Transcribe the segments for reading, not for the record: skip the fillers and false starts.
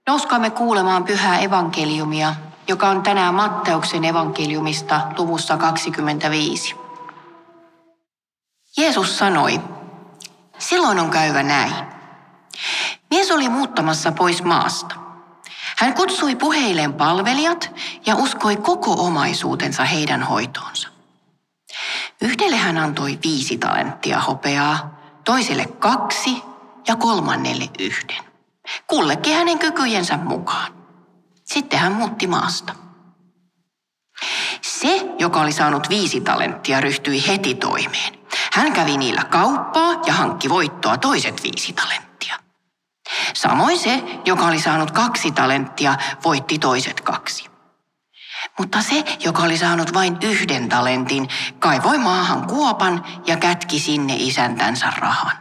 Nouskaamme kuulemaan pyhää evankeliumia, joka on tänään Matteuksen evankeliumista luvussa 25. Jeesus sanoi, silloin on käyvä näin. Mies oli muuttamassa pois maasta. Hän kutsui puheilleen palvelijat ja uskoi koko omaisuutensa heidän hoitoonsa. Yhdelle hän antoi 5 talenttia hopeaa, toiselle 2 ja kolmannelle 1. Kullekin hänen kykyjensä mukaan. Sitten hän muutti maasta. Se, joka oli saanut 5 talenttia, ryhtyi heti toimeen. Hän kävi niillä kauppaa ja hankki voittoa toiset 5 talenttia. Samoin se, joka oli saanut 2 talenttia, voitti toiset 2. Mutta se, joka oli saanut vain 1 talentin, kaivoi maahan kuopan ja kätki sinne isäntänsä rahan.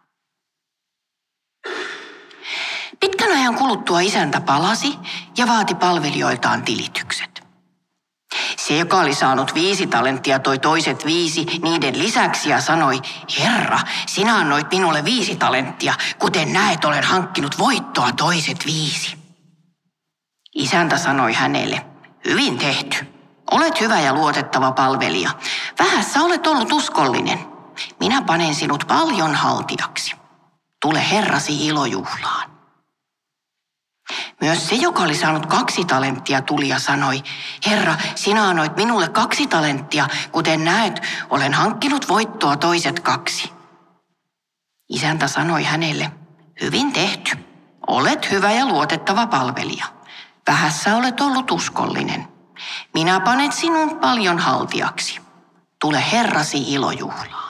Pitkän ajan kuluttua isäntä palasi ja vaati palvelijoiltaan tilitykset. Se, joka oli saanut 5 talenttia, toi toiset 5 niiden lisäksi ja sanoi, Herra, sinä annoit minulle 5 talenttia, kuten näet, olen hankkinut voittoa toiset 5. Isäntä sanoi hänelle, hyvin tehty. Olet hyvä ja luotettava palvelija. Vähässä olet ollut uskollinen. Minä panen sinut paljon haltijaksi. Tule herrasi ilojuhlaan. Myös se, joka oli saanut 2 talenttia, tuli ja sanoi, Herra, sinä annoit minulle 2 talenttia, kuten näet, olen hankkinut voittoa toiset 2. Isäntä sanoi hänelle, hyvin tehty. Olet hyvä ja luotettava palvelija. Vähässä olet ollut uskollinen. Minä panet sinun paljon haltijaksi. Tule herrasi ilojuhlaan.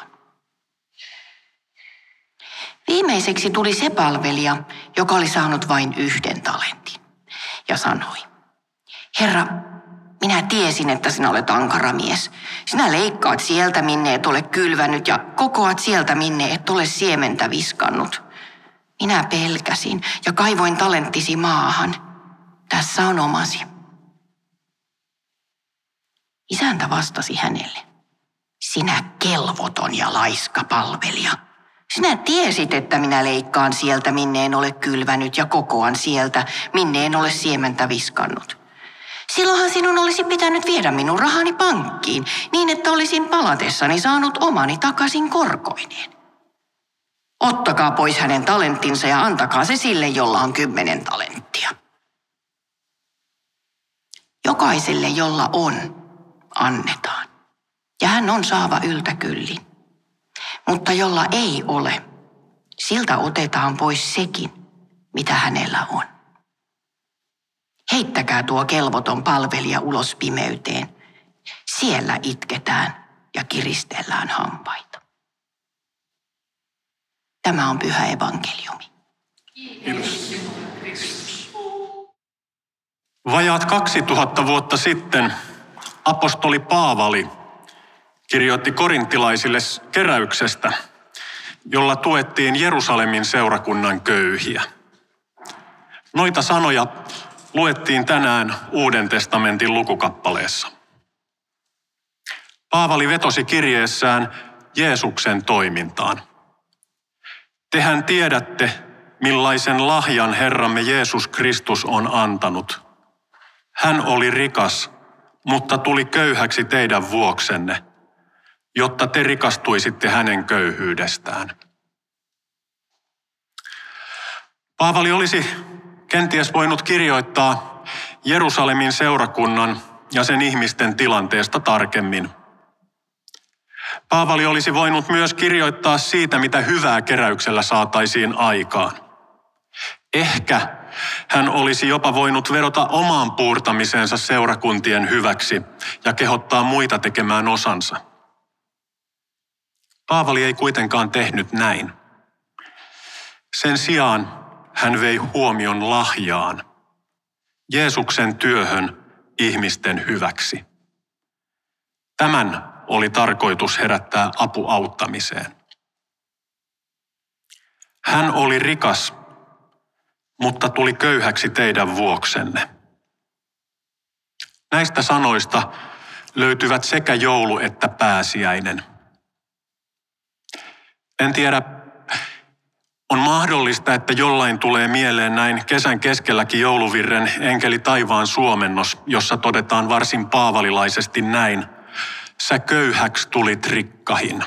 Viimeiseksi tuli se palvelija, joka oli saanut vain 1 talentin, ja sanoi, Herra, minä tiesin, että sinä olet ankara mies. Sinä leikkaat sieltä, minne et ole kylvänyt, ja kokoat sieltä, minne et ole siementä viskannut. Minä pelkäsin ja kaivoin talenttisi maahan. Tässä on omasi. Isäntä vastasi hänelle, sinä kelvoton ja laiska palvelija. Sinä tiesit, että minä leikkaan sieltä, minne en ole kylvänyt, ja kokoan sieltä, minne en ole siementä viskannut. Silloinhan sinun olisi pitänyt viedä minun rahani pankkiin, niin että olisin palatessani saanut omani takaisin korkoineen. Ottakaa pois hänen talenttinsa ja antakaa se sille, jolla on 10 talenttia. Jokaiselle, jolla on, annetaan, ja hän on saava yltäkyllin. Mutta jolla ei ole, siltä otetaan pois sekin, mitä hänellä on. Heittäkää tuo kelvoton palvelija ulos pimeyteen. Siellä itketään ja kiristellään hampaita. Tämä on pyhä evankeliumi. Kiitos. Vajaat 2000 vuotta sitten apostoli Paavali kirjoitti korintilaisille keräyksestä, jolla tuettiin Jerusalemin seurakunnan köyhiä. Noita sanoja luettiin tänään Uuden testamentin lukukappaleessa. Paavali vetosi kirjeessään Jeesuksen toimintaan. Tehän tiedätte, millaisen lahjan Herramme Jeesus Kristus on antanut. Hän oli rikas, mutta tuli köyhäksi teidän vuoksenne, jotta te rikastuisitte hänen köyhyydestään. Paavali olisi kenties voinut kirjoittaa Jerusalemin seurakunnan ja sen ihmisten tilanteesta tarkemmin. Paavali olisi voinut myös kirjoittaa siitä, mitä hyvää keräyksellä saataisiin aikaan. Ehkä hän olisi jopa voinut vedota omaan puurtamiseensa seurakuntien hyväksi ja kehottaa muita tekemään osansa. Paavali ei kuitenkaan tehnyt näin. Sen sijaan hän vei huomion lahjaan, Jeesuksen työhön ihmisten hyväksi. Tämän oli tarkoitus herättää apu auttamiseen. Hän oli rikas, mutta tuli köyhäksi teidän vuoksenne. Näistä sanoista löytyvät sekä joulu että pääsiäinen. En tiedä, On mahdollista, että jollain tulee mieleen näin kesän keskelläkin jouluvirren Enkeli taivaan suomennos, jossa todetaan varsin paavalilaisesti näin: sä köyhäks tulit rikkahin.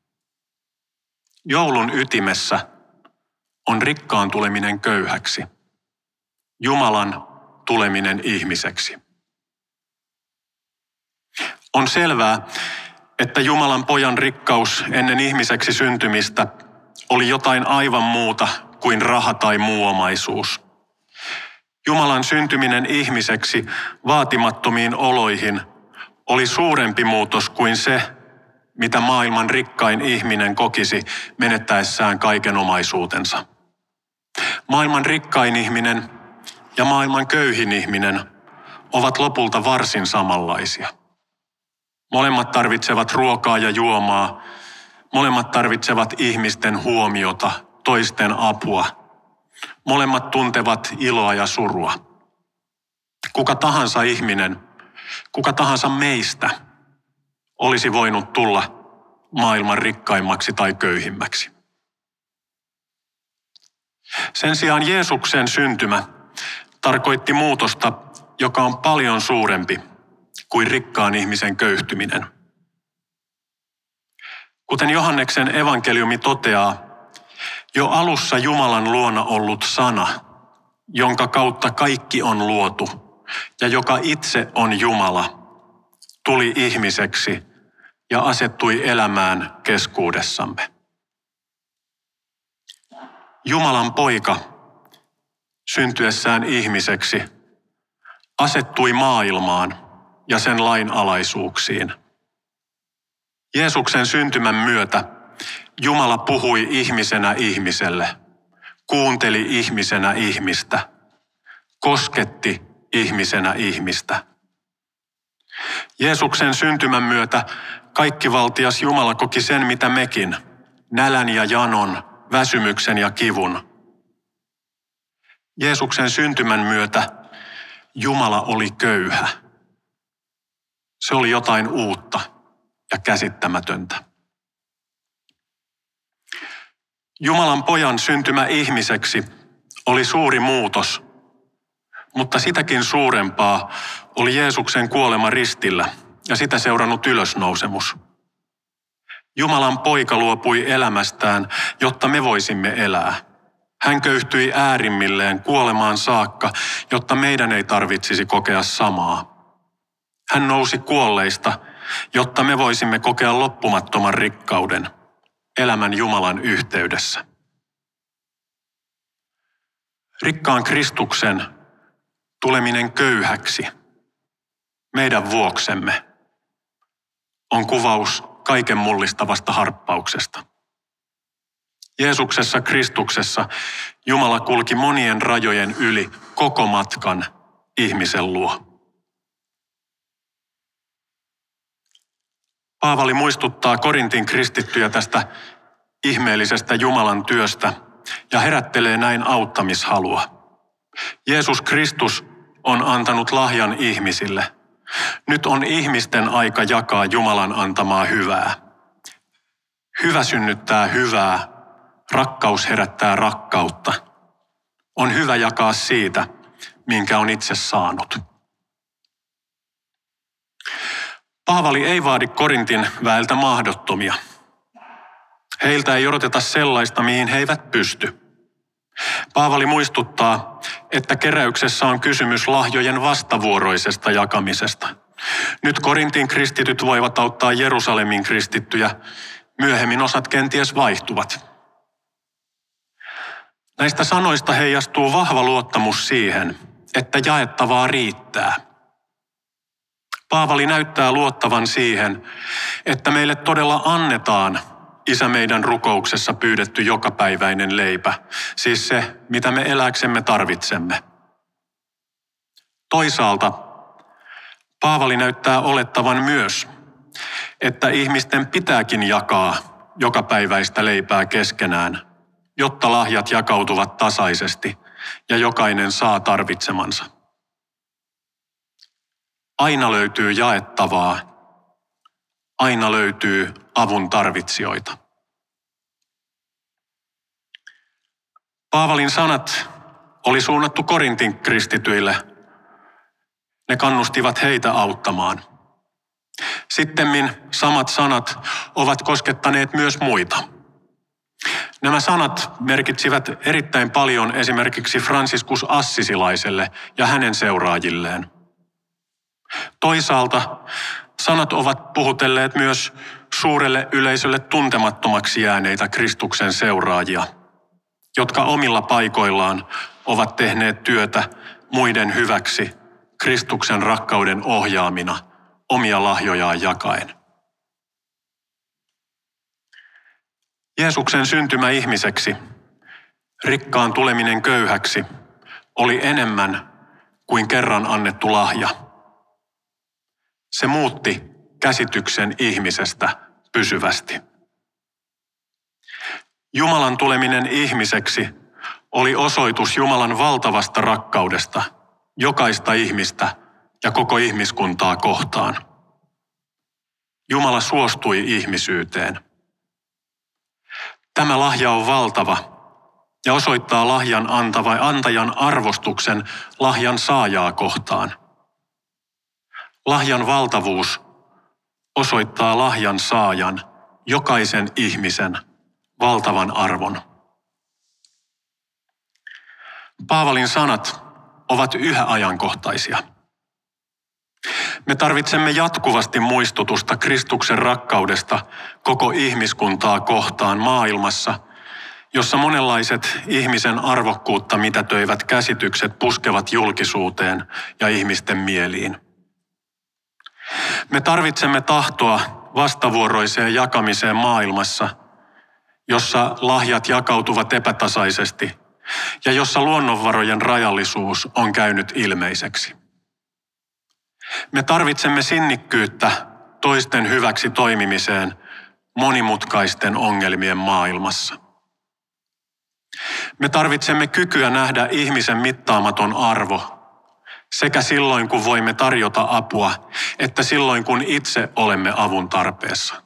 Joulun ytimessä on rikkaan tuleminen köyhäksi, Jumalan tuleminen ihmiseksi. On selvää, että Jumalan pojan rikkaus ennen ihmiseksi syntymistä oli jotain aivan muuta kuin raha tai muu omaisuus. Jumalan syntyminen ihmiseksi vaatimattomiin oloihin oli suurempi muutos kuin se, mitä maailman rikkain ihminen kokisi menettäessään kaiken omaisuutensa. Maailman rikkain ihminen ja maailman köyhin ihminen ovat lopulta varsin samanlaisia. Molemmat tarvitsevat ruokaa ja juomaa. Molemmat tarvitsevat ihmisten huomiota, toisten apua. Molemmat tuntevat iloa ja surua. Kuka tahansa ihminen, kuka tahansa meistä olisi voinut tulla maailman rikkaimmaksi tai köyhimmäksi. Sen sijaan Jeesuksen syntymä tarkoitti muutosta, joka on paljon suurempi kuin rikkaan ihmisen köyhtyminen. Kuten Johanneksen evankeliumi toteaa, jo alussa Jumalan luona ollut sana, jonka kautta kaikki on luotu ja joka itse on Jumala, tuli ihmiseksi ja asettui elämään keskuudessamme. Jumalan poika, syntyessään ihmiseksi, asettui maailmaan ja sen lainalaisuuksiin. Jeesuksen syntymän myötä Jumala puhui ihmisenä ihmiselle, kuunteli ihmisenä ihmistä, kosketti ihmisenä ihmistä. Jeesuksen syntymän myötä kaikkivaltias Jumala koki sen, mitä mekin, nälän ja janon, väsymyksen ja kivun. Jeesuksen syntymän myötä Jumala oli köyhä. Se oli jotain uutta ja käsittämätöntä. Jumalan pojan syntymä ihmiseksi oli suuri muutos, mutta sitäkin suurempaa oli Jeesuksen kuolema ristillä ja sitä seurannut ylösnousemus. Jumalan poika luopui elämästään, jotta me voisimme elää. Hän köyhtyi äärimmilleen kuolemaan saakka, jotta meidän ei tarvitsisi kokea samaa. Hän nousi kuolleista, jotta me voisimme kokea loppumattoman rikkauden, elämän Jumalan yhteydessä. Rikkaan Kristuksen tuleminen köyhäksi meidän vuoksemme on kuvaus kaiken mullistavasta harppauksesta. Jeesuksessa Kristuksessa Jumala kulki monien rajojen yli koko matkan ihmisen luo. Paavali muistuttaa Korintin kristittyjä tästä ihmeellisestä Jumalan työstä ja herättelee näin auttamishalua. Jeesus Kristus on antanut lahjan ihmisille. Nyt on ihmisten aika jakaa Jumalan antamaa hyvää. Hyvä synnyttää hyvää, rakkaus herättää rakkautta. On hyvä jakaa siitä, minkä on itse saanut. Paavali ei vaadi Korintin väeltä mahdottomia. Heiltä ei odoteta sellaista, mihin he eivät pysty. Paavali muistuttaa, että keräyksessä on kysymys lahjojen vastavuoroisesta jakamisesta. Nyt Korintin kristityt voivat auttaa Jerusalemin kristittyjä, myöhemmin osat kenties vaihtuvat. Näistä sanoista heijastuu vahva luottamus siihen, että jaettavaa riittää. Paavali näyttää luottavan siihen, että meille todella annetaan Isä meidän rukouksessa pyydetty jokapäiväinen leipä, siis se, mitä me elääksemme tarvitsemme. Toisaalta Paavali näyttää olettavan myös, että ihmisten pitääkin jakaa jokapäiväistä leipää keskenään, jotta lahjat jakautuvat tasaisesti ja jokainen saa tarvitsemansa. Aina löytyy jaettavaa, aina löytyy avun tarvitsijoita. Paavalin sanat oli suunnattu Korintin kristityille. Ne kannustivat heitä auttamaan. Sittemmin samat sanat ovat koskettaneet myös muita. Nämä sanat merkitsivät erittäin paljon esimerkiksi Franciscus Assisilaiselle ja hänen seuraajilleen. Toisaalta sanat ovat puhutelleet myös suurelle yleisölle tuntemattomaksi jääneitä Kristuksen seuraajia, jotka omilla paikoillaan ovat tehneet työtä muiden hyväksi Kristuksen rakkauden ohjaamina omia lahjojaan jakaen. Jeesuksen syntymä ihmiseksi, rikkaan tuleminen köyhäksi, oli enemmän kuin kerran annettu lahja. Se muutti käsityksen ihmisestä pysyvästi. Jumalan tuleminen ihmiseksi oli osoitus Jumalan valtavasta rakkaudesta jokaista ihmistä ja koko ihmiskuntaa kohtaan. Jumala suostui ihmisyyteen. Tämä lahja on valtava ja osoittaa lahjan antajan arvostuksen lahjan saajaa kohtaan. Lahjan valtavuus osoittaa lahjan saajan, jokaisen ihmisen, valtavan arvon. Paavalin sanat ovat yhä ajankohtaisia. Me tarvitsemme jatkuvasti muistutusta Kristuksen rakkaudesta koko ihmiskuntaa kohtaan maailmassa, jossa monenlaiset ihmisen arvokkuutta mitätöivät käsitykset puskevat julkisuuteen ja ihmisten mieliin. Me tarvitsemme tahtoa vastavuoroiseen jakamiseen maailmassa, jossa lahjat jakautuvat epätasaisesti ja jossa luonnonvarojen rajallisuus on käynyt ilmeiseksi. Me tarvitsemme sinnikkyyttä toisten hyväksi toimimiseen monimutkaisten ongelmien maailmassa. Me tarvitsemme kykyä nähdä ihmisen mittaamaton arvo sekä silloin, kun voimme tarjota apua, että silloin, kun itse olemme avun tarpeessa.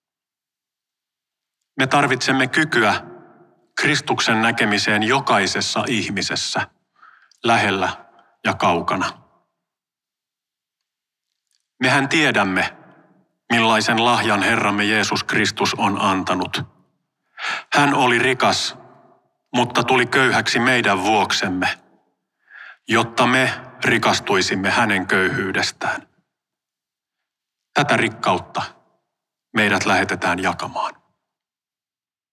Me tarvitsemme kykyä Kristuksen näkemiseen jokaisessa ihmisessä, lähellä ja kaukana. Mehän tiedämme, millaisen lahjan Herramme Jeesus Kristus on antanut. Hän oli rikas, mutta tuli köyhäksi meidän vuoksemme, jotta me rikastuisimme hänen köyhyydestään. Tätä rikkautta meidät lähetetään jakamaan.